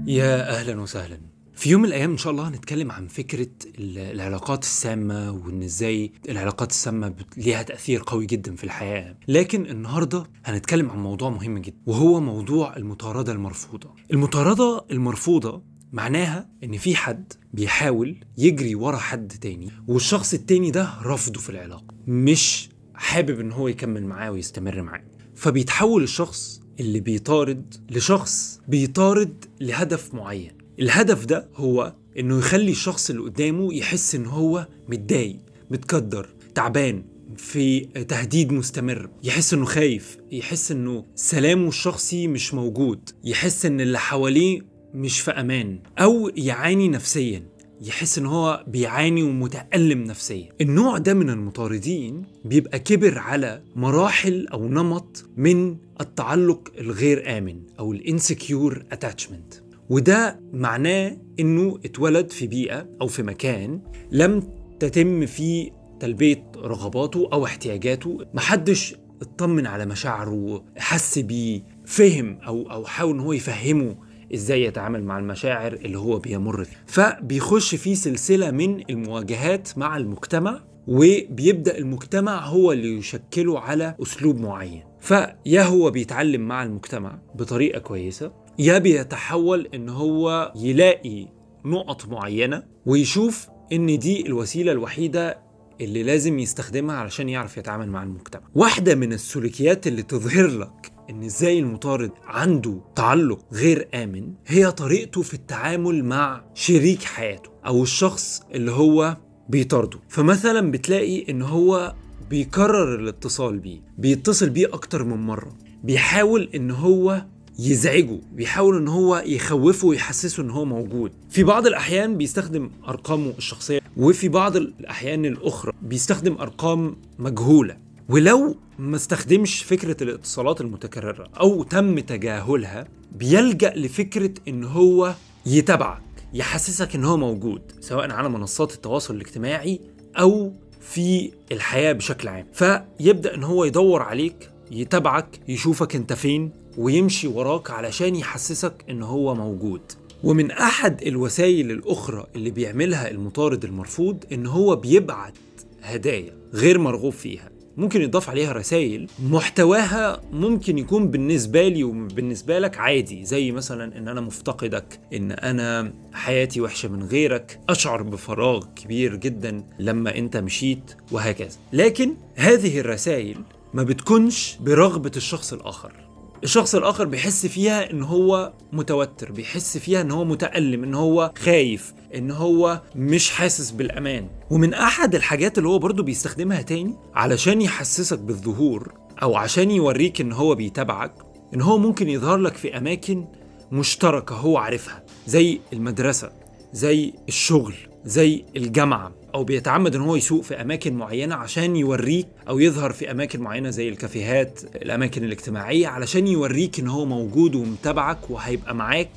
يا أهلا وسهلا. في يوم من الأيام إن شاء الله هنتكلم عن فكرة العلاقات السامة، وإن إزاي العلاقات السامة ليها تأثير قوي جدا في الحياة. لكن النهاردة هنتكلم عن موضوع مهم جدا، وهو موضوع المطاردة المرفوضة. المطاردة المرفوضة معناها إن في حد بيحاول يجري ورا حد تاني، والشخص التاني ده رفضه في العلاقة، مش حابب إن هو يكمل معاه ويستمر معاه، فبيتحول الشخص اللي بيطارد لشخص بيطارد لهدف معين. الهدف ده هو انه يخلي الشخص اللي قدامه يحس ان هو متضايق، متقدر، تعبان، في تهديد مستمر، يحس انه خايف، يحس انه سلامه الشخصي مش موجود، يحس ان اللي حواليه مش في امان، او يعاني نفسيا، يحس ان هو بيعاني ومتألم نفسيا. النوع ده من المطاردين بيبقى كبر على مراحل او نمط من التعلق الغير آمن او الانسكيور اتاتشمنت، وده معناه انه اتولد في بيئة او في مكان لم تتم فيه تلبية رغباته او احتياجاته، محدش اطمن على مشاعره، حس بيه، فهم او حاول ان هو يفهمه ازاي يتعامل مع المشاعر اللي هو بيمر فيها. فبيخش في سلسلة من المواجهات مع المجتمع، وبيبدأ المجتمع هو اللي يشكله على أسلوب معين. فيا هو بيتعلم مع المجتمع بطريقة كويسة، يا بيتحول ان هو يلاقي نقط معينة ويشوف ان دي الوسيلة الوحيدة اللي لازم يستخدمها علشان يعرف يتعامل مع المجتمع. واحدة من السلوكيات اللي تظهر لك ان ازاي المطارد عنده تعلق غير آمن هي طريقته في التعامل مع شريك حياته او الشخص اللي هو بيطارده. فمثلا بتلاقي ان هو بيكرر الاتصال بيه، بيتصل بيه اكتر من مرة، بيحاول ان هو يزعجه، بيحاول ان هو يخوفه ويحسسه ان هو موجود. في بعض الاحيان بيستخدم ارقامه الشخصية، وفي بعض الاحيان الاخرى بيستخدم ارقام مجهولة. ولو ما استخدمش فكرة الاتصالات المتكررة او تم تجاهلها، بيلجأ لفكرة ان هو يتابعك، يحسسك ان هو موجود سواء على منصات التواصل الاجتماعي او في الحياة بشكل عام. فيبدأ ان هو يدور عليك، يتابعك، يشوفك انت فين، ويمشي وراك علشان يحسسك ان هو موجود. ومن احد الوسائل الاخرى اللي بيعملها المطارد المرفوض ان هو بيبعت هدايا غير مرغوب فيها، ممكن يضاف عليها رسائل محتواها ممكن يكون بالنسبة لي وبالنسبة لك عادي، زي مثلا ان انا مفتقدك، ان انا حياتي وحشة من غيرك، اشعر بفراغ كبير جدا لما انت مشيت، وهكذا. لكن هذه الرسائل ما بتكونش برغبة الشخص الآخر. الشخص الآخر بيحس فيها إن هو متوتر، بيحس فيها إن هو متألم، إن هو خايف، إن هو مش حاسس بالأمان. ومن أحد الحاجات اللي هو برضو بيستخدمها تاني علشان يحسسك بالظهور أو عشان يوريك إن هو بيتابعك، إن هو ممكن يظهر لك في أماكن مشتركة هو عارفها، زي المدرسة، زي الشغل، زي الجامعة، أو بيتعمد إن هو يسوق في أماكن معينة عشان يوريك، أو يظهر في أماكن معينة زي الكافيهات، الأماكن الاجتماعية، علشان يوريك إن هو موجود ومتابعك وهيبقى معاك.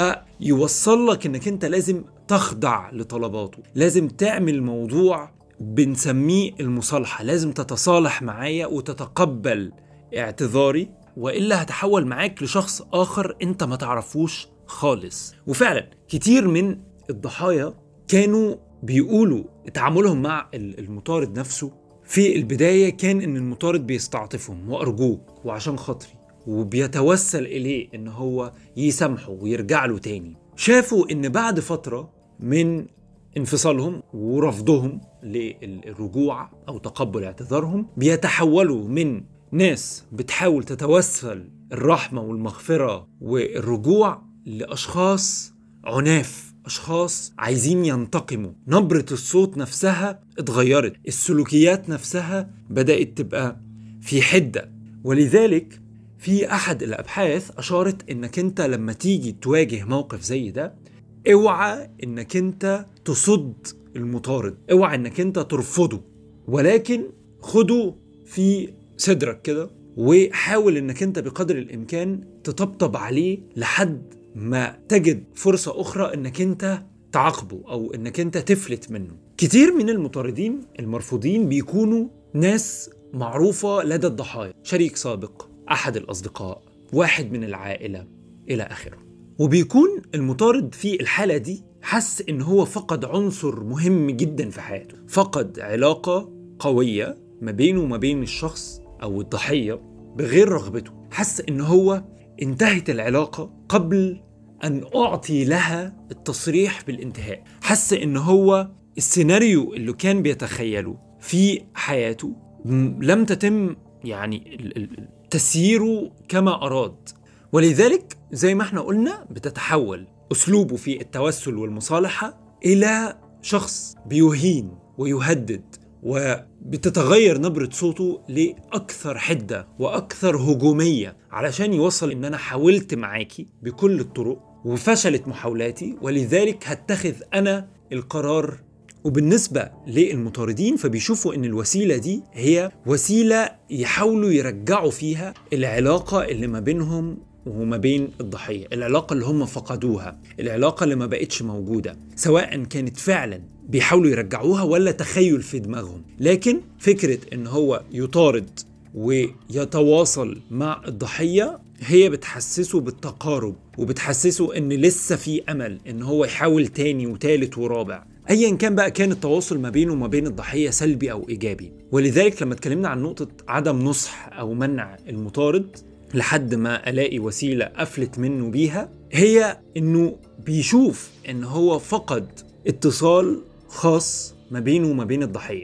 فيوصل لك إنك أنت لازم تخضع لطلباته، لازم تعمل موضوع بنسميه المصالحة، لازم تتصالح معايا وتتقبل اعتذاري، وإلا هتحول معاك لشخص آخر أنت ما تعرفوش خالص. وفعلا كتير من الضحايا كانوا بيقولوا تعاملهم مع المطارد نفسه في البداية كان إن المطارد بيستعطفهم، وأرجوك وعشان خاطري، وبيتوسل إليه إن هو يسامحه ويرجع له تاني. شافوا إن بعد فترة من انفصالهم ورفضهم للرجوع أو تقبل اعتذارهم، بيتحولوا من ناس بتحاول تتوسل الرحمة والمغفرة والرجوع لأشخاص عناف، أشخاص عايزين ينتقموا. نبرة الصوت نفسها اتغيرت، السلوكيات نفسها بدأت تبقى في حدة. ولذلك في أحد الأبحاث أشارت إنك أنت لما تيجي تواجه موقف زي ده، اوعى إنك أنت تصد المطارد، اوعى إنك أنت ترفضه، ولكن خده في صدرك كده، وحاول إنك أنت بقدر الإمكان تطبطب عليه لحد ما تجد فرصة أخرى إنك أنت تعاقبه أو إنك أنت تفلت منه. كتير من المطاردين المرفوضين بيكونوا ناس معروفة لدى الضحايا، شريك سابق، أحد الأصدقاء، واحد من العائلة، إلى آخره. وبيكون المطارد في الحالة دي حس إن هو فقد عنصر مهم جدا في حياته، فقد علاقة قوية ما بينه وما بين الشخص أو الضحية بغير رغبته. حس إن هو انتهت العلاقة قبل أن أعطي لها التصريح بالانتهاء. حس إن هو السيناريو اللي كان بيتخيله في حياته لم تتم يعني تسييره كما أراد، ولذلك زي ما احنا قلنا بتتحول أسلوبه في التوسل والمصالحة إلى شخص بيهين ويهدد، وبتتغير نبرة صوته لأكثر حدة وأكثر هجومية علشان يوصل إن أنا حاولت معاكي بكل الطرق وفشلت محاولاتي، ولذلك هتخذ أنا القرار. وبالنسبة للمطاردين فبيشوفوا إن الوسيلة دي هي وسيلة يحاولوا يرجعوا فيها العلاقة اللي ما بينهم وما بين الضحية، العلاقة اللي هم فقدوها، العلاقة اللي ما بقتش موجودة، سواء كانت فعلا بيحاولوا يرجعوها ولا تخيل في دماغهم. لكن فكرة إن هو يطارد ويتواصل مع الضحية هي بتحسسه بالتقارب، وبتحسسه إن لسه في أمل إن هو يحاول تاني وتالت ورابع، أيا كان بقى كان التواصل ما بينه وما بين الضحية سلبي أو إيجابي. ولذلك لما اتكلمنا عن نقطة عدم نصح أو منع المطارد لحد ما ألاقي وسيلة أفلت منه بيها، هي إنه بيشوف إن هو فقد اتصال خاص ما بينه وما بين الضحية.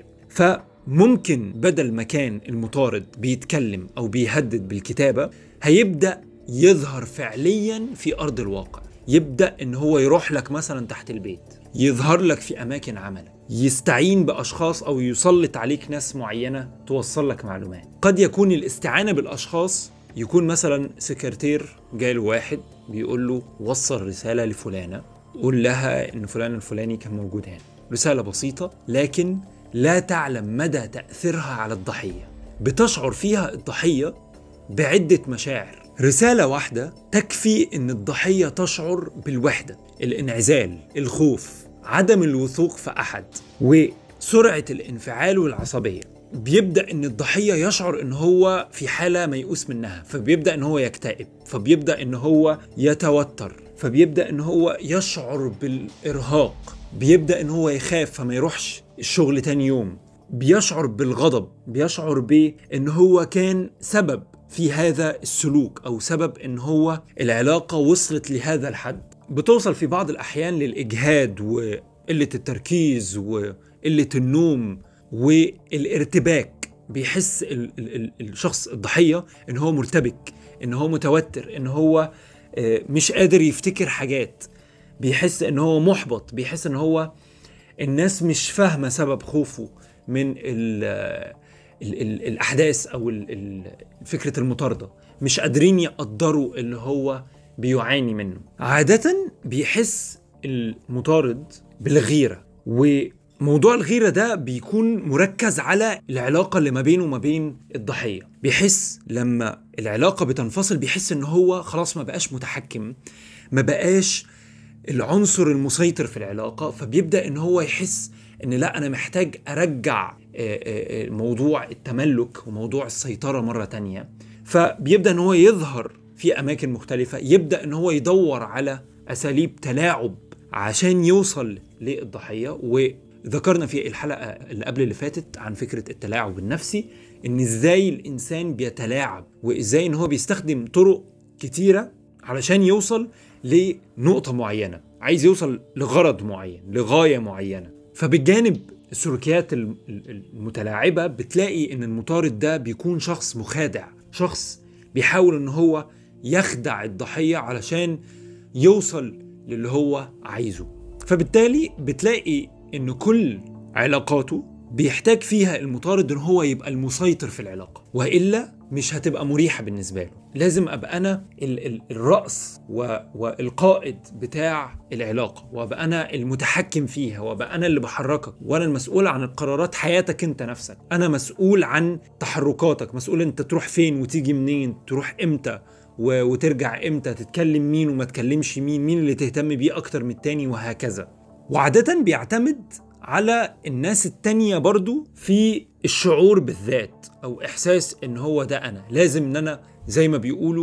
فممكن بدل ما كان المطارد بيتكلم أو بيهدد بالكتابة، هيبدأ يظهر فعليا في أرض الواقع. يبدأ إن هو يروح لك مثلا تحت البيت، يظهر لك في أماكن عملك، يستعين بأشخاص أو يسلط عليك ناس معينة توصل لك معلومات. قد يكون الاستعانة بالأشخاص يكون مثلا سكرتير جاله واحد بيقول له وصل رسالة لفلانة، قول لها إن فلان الفلاني كان موجود هنا. رسالة بسيطة لكن لا تعلم مدى تأثيرها على الضحية. بتشعر فيها الضحية بعدة مشاعر. رسالة واحدة تكفي إن الضحية تشعر بالوحدة، الانعزال، الخوف، عدم الوثوق في أحد، وسرعة الانفعال والعصبية. بيبدأ إن الضحية يشعر إن هو في حالة ميؤوس منها، فبيبدأ إن هو يكتئب، فبيبدأ إن هو يتوتر، فبيبدأ إن هو يشعر بالإرهاق، بيبدأ إن هو يخاف فما يروحش الشغل تاني يوم، بيشعر بالغضب، بيشعر بإن هو كان سبب في هذا السلوك أو سبب إن هو العلاقة وصلت لهذا الحد. بتوصل في بعض الأحيان للإجهاد وقلة التركيز وقلة النوم والارتباك. بيحس الشخص الضحية إن هو مرتبك، إن هو متوتر، إن هو مش قادر يفتكر حاجات، بيحس إن هو محبط، بيحس إن هو الناس مش فاهمة سبب خوفه من الأحداث أو فكرة المطاردة، مش قادرين يقدروا اللي هو بيعاني منه. عادة بيحس المطارد بالغيرة، وموضوع الغيرة ده بيكون مركز على العلاقة اللي ما بينه وما بين الضحية. بيحس لما العلاقة بتنفصل بيحس إن هو خلاص ما بقاش متحكم، ما بقاش العنصر المسيطر في العلاقة، فبيبدأ إن هو يحس إن لا، أنا محتاج أرجع موضوع التملك وموضوع السيطرة مرة تانية. فبيبدأ إن هو يظهر في أماكن مختلفة، يبدأ إن هو يدور على أساليب تلاعب عشان يوصل للضحية. وذكرنا في الحلقة اللي قبل اللي فاتت عن فكرة التلاعب النفسي، إن إزاي الإنسان بيتلاعب وإزاي إن هو بيستخدم طرق كتيرة علشان يوصل لنقطة معينة، عايز يوصل لغرض معين، لغاية معينة. فبالجانب السلوكيات المتلاعبة بتلاقي إن المطارد ده بيكون شخص مخادع، شخص بيحاول إن هو يخدع الضحية علشان يوصل للي هو عايزه. فبالتالي بتلاقي إن كل علاقاته بيحتاج فيها المطارد إن هو يبقى المسيطر في العلاقة، وإلا مش هتبقى مريحة بالنسبة له. لازم أبقى أنا الرأس والقائد بتاع العلاقة، وأبقى أنا المتحكم فيها، وأبقى أنا اللي بحركك، وأنا المسؤول عن القرارات حياتك أنت نفسك، أنا مسؤول عن تحركاتك، مسؤول أنت تروح فين وتيجي منين، تروح إمتى وترجع إمتى، تتكلم مين وما تكلمش مين اللي تهتم بيه أكتر من التاني، وهكذا. وعادة بيعتمد على الناس التانية برضو في الشعور بالذات أو إحساس إن هو ده أنا، لازم إن أنا زي ما بيقولوا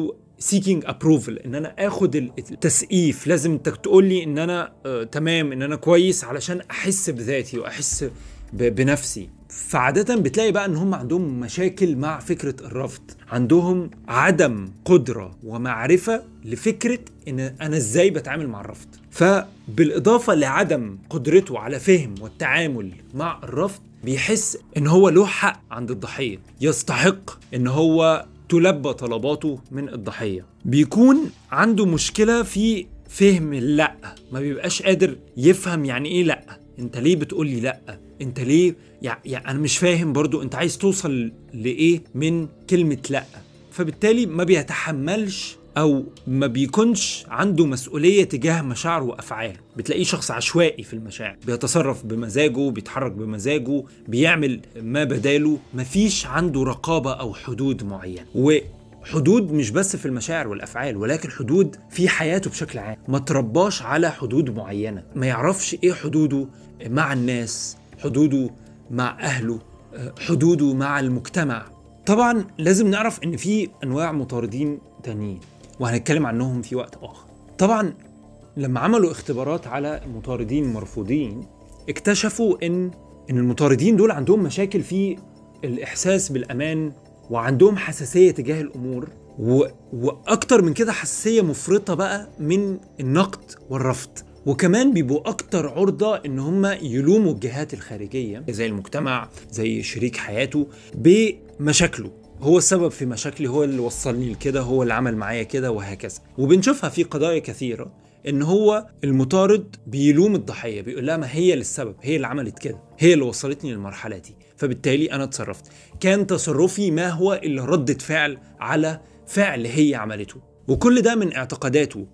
seeking approval، ان انا اخد التسقيف، لازم انت تقول لي ان انا تمام، ان انا كويس علشان احس بذاتي واحس بنفسي. فعادة بتلاقي بقى ان هم عندهم مشاكل مع فكرة الرفض، عندهم عدم قدرة ومعرفة لفكرة ان انا ازاي بتعامل مع الرفض. فبالاضافة لعدم قدرته على فهم والتعامل مع الرفض، بيحس ان هو له حق عند الضحية، يستحق ان هو تلبى طلباته من الضحية. بيكون عنده مشكلة في فهم اللا، ما بيبقاش قادر يفهم يعني ايه لا، انت ليه بتقولي لا، انت ليه يعني انا مش فاهم برضو انت عايز توصل لايه من كلمة لا. فبالتالي ما بيتحملش او ما بيكونش عنده مسؤولية تجاه مشاعره وافعاله. بتلاقيه شخص عشوائي في المشاعر، بيتصرف بمزاجه، بيتحرك بمزاجه، بيعمل ما بداله، مفيش عنده رقابة او حدود معينة. وحدود مش بس في المشاعر والافعال، ولكن حدود في حياته بشكل عام. ما ترباش على حدود معينة، ما يعرفش ايه حدوده مع الناس، حدوده مع اهله، حدوده مع المجتمع. طبعا لازم نعرف ان في انواع مطاردين تانيين وهنتكلم عنهم في وقت اخر. طبعا لما عملوا اختبارات على مطاردين مرفوضين، اكتشفوا ان المطاردين دول عندهم مشاكل في الاحساس بالامان، وعندهم حساسية تجاه الامور، واكتر من كده حساسية مفرطة بقى من النقد والرفض. وكمان بيبقوا اكتر عرضة ان هم يلوموا الجهات الخارجية زي المجتمع، زي شريك حياته، بمشاكله. هو السبب في مشاكلي، هو اللي وصلني لكده، هو اللي عمل معايا كده، وهكذا. وبنشوفها في قضايا كثيرة ان هو المطارد بيلوم الضحية، بيقول لها ما هي اللي السبب، هي اللي عملت كده، هي اللي وصلتني للمرحلة دي، فبالتالي انا اتصرفت، كان تصرفي ما هو الا ردة فعل على فعل هي عملته. وكل ده من اعتقاداته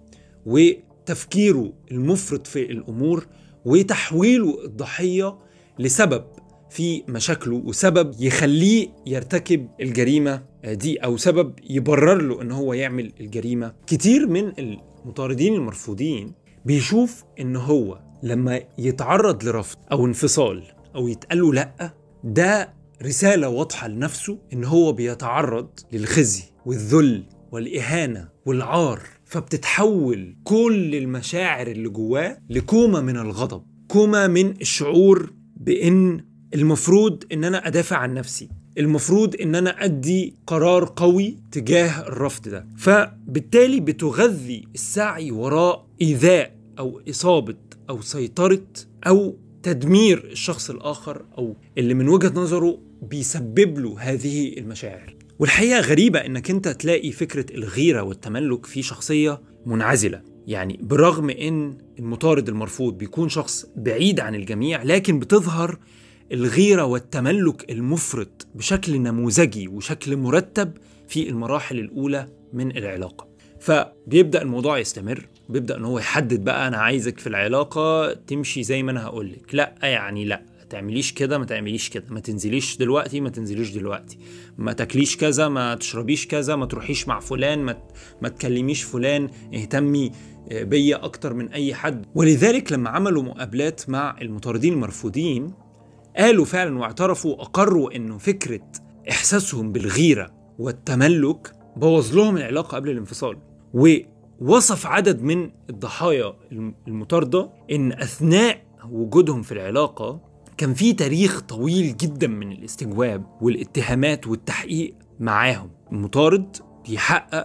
وتفكيره المفرط في الامور، وتحويله الضحية لسبب في مشاكله، وسبب يخليه يرتكب الجريمة دي، أو سبب يبرر له إن هو يعمل الجريمة. كتير من المطاردين المرفوضين بيشوف إن هو لما يتعرض لرفض أو انفصال أو يتقاله لأ، ده رسالة واضحة لنفسه إن هو بيتعرض للخزي والذل والإهانة والعار، فبتتحول كل المشاعر اللي جواه لكومة من الغضب، كومة من الشعور بإن المفروض ان انا ادافع عن نفسي، المفروض ان انا ادي قرار قوي تجاه الرفض ده. فبالتالي بتغذي السعي وراء ايذاء او اصابة او سيطرة او تدمير الشخص الاخر، او اللي من وجهة نظره بيسبب له هذه المشاعر. والحقيقة غريبة انك انت تلاقي فكرة الغيرة والتملك في شخصية منعزلة. يعني برغم ان المطارد المرفوض بيكون شخص بعيد عن الجميع، لكن بتظهر الغيرة والتملك المفرط بشكل نموذجي وشكل مرتب في المراحل الأولى من العلاقة. فبيبدأ الموضوع يستمر، بيبدأ أنه يحدد بقى أنا عايزك في العلاقة تمشي زي ما أنا هقولك، لا يعني لا تعمليش كده، ما تعمليش كده، ما تنزليش دلوقتي، ما تنزليش دلوقتي، ما تاكليش كذا، ما تشربيش كذا، ما تروحيش مع فلان، ما تكلميش فلان، اهتمي بيا أكتر من أي حد. ولذلك لما عملوا مقابلات مع المطاردين المرفوضين، قالوا فعلا واعترفوا، أقروا إنه فكرة إحساسهم بالغيرة والتملك بوظ لهم العلاقة قبل الانفصال. ووصف عدد من الضحايا المطاردة إن أثناء وجودهم في العلاقة كان في تاريخ طويل جدا من الاستجواب والاتهامات والتحقيق معاهم. المطارد بيحقق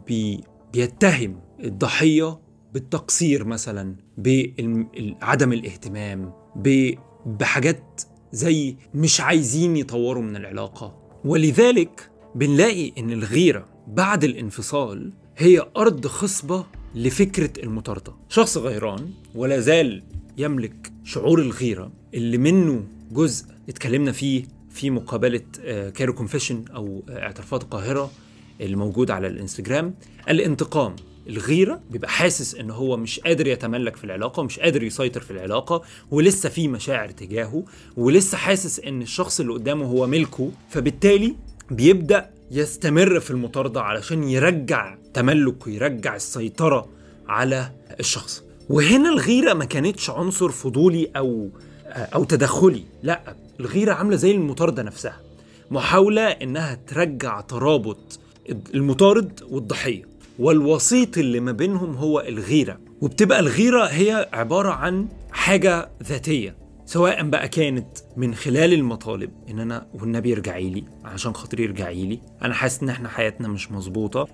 وبيتهم الضحية بالتقصير مثلا، بعدم الاهتمام، بحاجات زي مش عايزين يطوروا من العلاقة. ولذلك بنلاقي ان الغيرة بعد الانفصال هي أرض خصبة لفكرة المطاردة. شخص غيران ولا زال يملك شعور الغيرة اللي منه جزء اتكلمنا فيه في مقابلة كايرو كونفيشن أو اعترافات القاهرة اللي موجود على الانستجرام. الانتقام، الغيرة، بيبقى حاسس ان هو مش قادر يتملك في العلاقة ومش قادر يسيطر في العلاقة، ولسه في مشاعر تجاهه، ولسه حاسس ان الشخص اللي قدامه هو ملكه، فبالتالي بيبدأ يستمر في المطاردة علشان يرجع تملك ويرجع السيطرة على الشخص. وهنا الغيرة ما كانتش عنصر فضولي أو تدخلي، لا، الغيرة عاملة زي المطاردة نفسها، محاولة إنها ترجع ترابط المطارد والضحية، والوسيط اللي ما بينهم هو الغيرة. وبتبقى الغيرة هي عبارة عن حاجة ذاتية، سواء بقى كانت من خلال المطالب ان انا والنبي يرجعي لي عشان خاطر يرجعي لي، انا حاسس ان احنا حياتنا مش مظبوطة،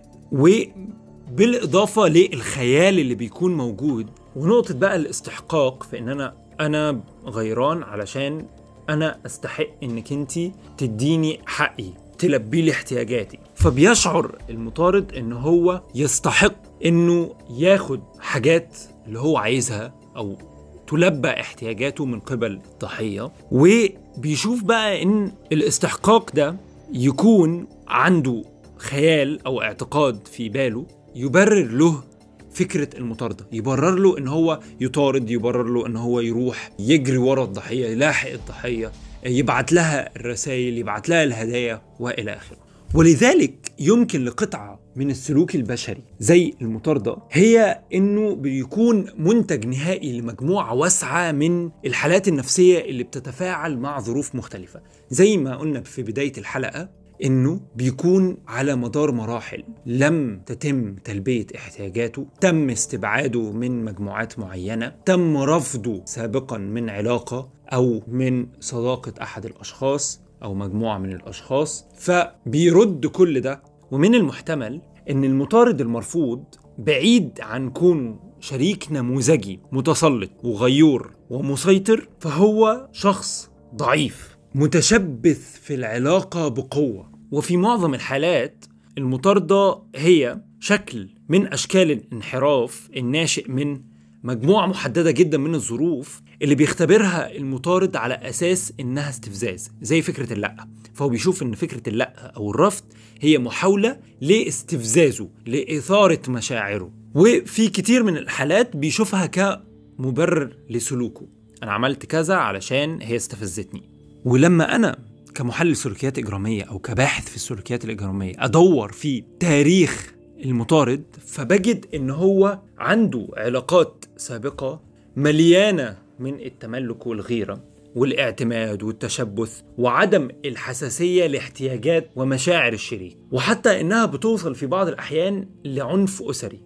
وبالاضافة للخيال اللي بيكون موجود، ونقطة بقى الاستحقاق في ان انا غيران علشان انا استحق انك انتي تديني حقي، تلبي لي احتياجاتي. فبيشعر المطارد ان هو يستحق انه ياخد حاجات اللي هو عايزها او تلبى احتياجاته من قبل الضحية. وبيشوف بقى ان الاستحقاق ده يكون عنده خيال او اعتقاد في باله يبرر له فكرة المطاردة، يبرر له ان هو يطارد، يبرر له ان هو يروح يجري ورا الضحية، يلاحق الضحية، يبعت لها الرسائل، يبعت لها الهدايا والى اخره. ولذلك يمكن لقطعة من السلوك البشري زي المطاردة هي انه بيكون منتج نهائي لمجموعة واسعة من الحالات النفسية اللي بتتفاعل مع ظروف مختلفة. زي ما قلنا في بداية الحلقة انه بيكون على مدار مراحل لم تتم تلبية احتياجاته، تم استبعاده من مجموعات معينة، تم رفضه سابقا من علاقة او من صداقة احد الاشخاص او مجموعة من الاشخاص، فبيرد كل ده. ومن المحتمل ان المطارد المرفوض بعيد عن كونه شريك نموذجي متسلط وغيور ومسيطر، فهو شخص ضعيف متشبث في العلاقة بقوة. وفي معظم الحالات المطاردة هي شكل من أشكال الانحراف الناشئ من مجموعة محددة جدا من الظروف اللي بيختبرها المطارد على أساس إنها استفزاز، زي فكرة اللأ. فهو بيشوف إن فكرة اللأ أو الرفض هي محاولة لاستفزازه، لإثارة مشاعره، وفي كتير من الحالات بيشوفها كمبرر لسلوكه. أنا عملت كذا علشان هي استفزتني. ولما أنا كمحلل سلوكيات إجرامية أو كباحث في السلوكيات الإجرامية أدور في تاريخ المطارد، فبجد إن هو عنده علاقات سابقة مليانة من التملك والغيرة والاعتماد والتشبث وعدم الحساسية لاحتياجات ومشاعر الشريك، وحتى إنها بتوصل في بعض الأحيان لعنف أسري.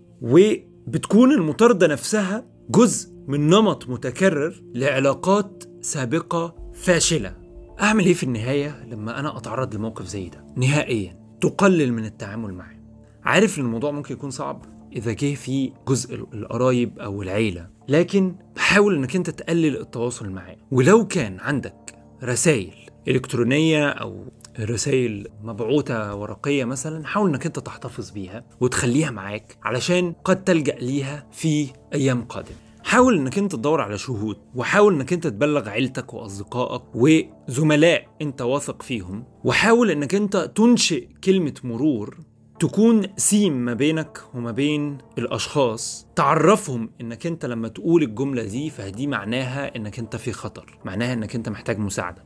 وبتكون المطاردة نفسها جزء من نمط متكرر لعلاقات سابقة فاشلة. أعمل إيه في النهاية لما أنا أتعرض لموقف زي ده؟ نهائيا تقلل من التعامل معه. عارف إن الموضوع ممكن يكون صعب إذا جه في جزء القرايب أو العيلة، لكن حاول إنك أنت تقلل التواصل معاه. ولو كان عندك رسائل إلكترونية أو رسائل مبعوثة ورقية مثلا، حاول إنك أنت تحتفظ بيها وتخليها معاك علشان قد تلجأ ليها في أيام قادمة. حاول انك انت تدور على شهود، وحاول انك انت تبلغ عيلتك واصدقائك وزملاء انت واثق فيهم، وحاول انك انت تنشئ كلمة مرور تكون سيم ما بينك وما بين الاشخاص، تعرفهم انك انت لما تقول الجملة دي فدي معناها انك انت في خطر، معناها انك انت محتاج مساعدة.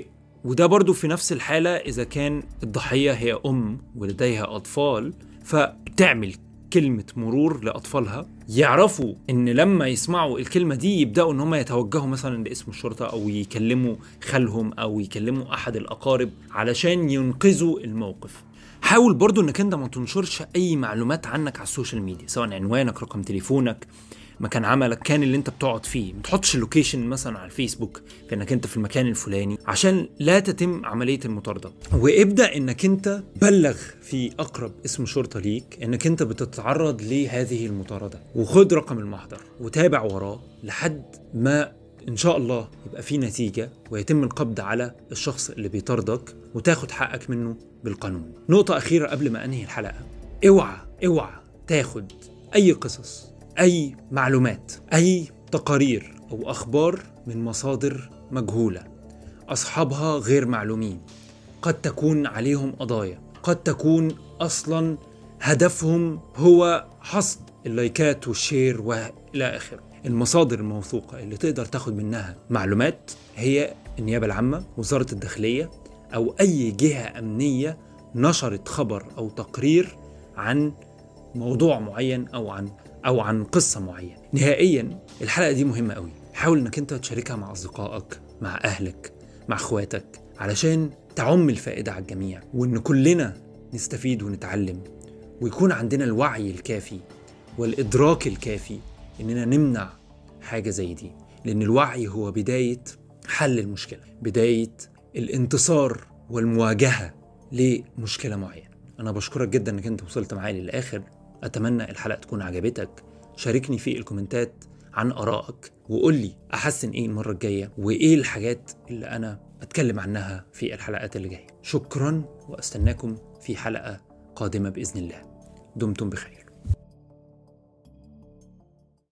وده برضو في نفس الحالة إذا كان الضحية هي ولديها أطفال، فتعمل كلمة مرور لأطفالها، يعرفوا إن لما يسمعوا الكلمة دي يبدأوا إن هم يتوجهوا مثلا لاسم الشرطة أو يكلموا خالهم أو يكلموا أحد الأقارب علشان ينقذوا الموقف. حاول برضو إنك أنت ما تنشرش أي معلومات عنك على السوشيال ميديا، سواء عنوانك، رقم تليفونك، مكان عملك، كان اللي انت بتقعد فيه. ما تحطش اللوكيشن مثلا على الفيسبوك في انك انت في المكان الفلاني عشان لا تتم عملية المطاردة. وابدأ انك انت بلغ في اقرب اسم شرطة ليك انك انت بتتعرض لهذه المطاردة، وخد رقم المحضر وتابع وراه لحد ما ان شاء الله يبقى في نتيجة ويتم القبض على الشخص اللي بيطاردك وتاخد حقك منه بالقانون. نقطة اخيرة قبل ما انهي الحلقة، اوعى تاخد اي قصص، أي معلومات، أي تقارير أو أخبار من مصادر مجهولة، أصحابها غير معلومين، قد تكون عليهم قضايا، قد تكون أصلا هدفهم هو حصد اللايكات والشير وإلى آخره. المصادر الموثوقة اللي تقدر تاخد منها معلومات هي النيابة العامة، وزارة الداخلية، أو أي جهة أمنية نشرت خبر أو تقرير عن موضوع معين أو عن قصة معينة. نهائيا الحلقة دي مهمة قوي، حاول انك انت تشاركها مع أصدقائك، مع أهلك، مع أخواتك، علشان تعم الفائدة على الجميع، وإن كلنا نستفيد ونتعلم ويكون عندنا الوعي الكافي والإدراك الكافي إننا نمنع حاجة زي دي، لأن الوعي هو بداية حل المشكلة، بداية الانتصار والمواجهة لمشكلة معينة. أنا بشكرك جدا إنك أنت وصلت معايا للآخر. أتمنى الحلقة تكون عجبتك. شاركني في الكومنتات عن آرائك، وقول لي أحسن إيه المرة الجاية، وإيه الحاجات اللي أنا أتكلم عنها في الحلقات اللي جاية. شكرا، وأستناكم في حلقة قادمة بإذن الله. دمتم بخير.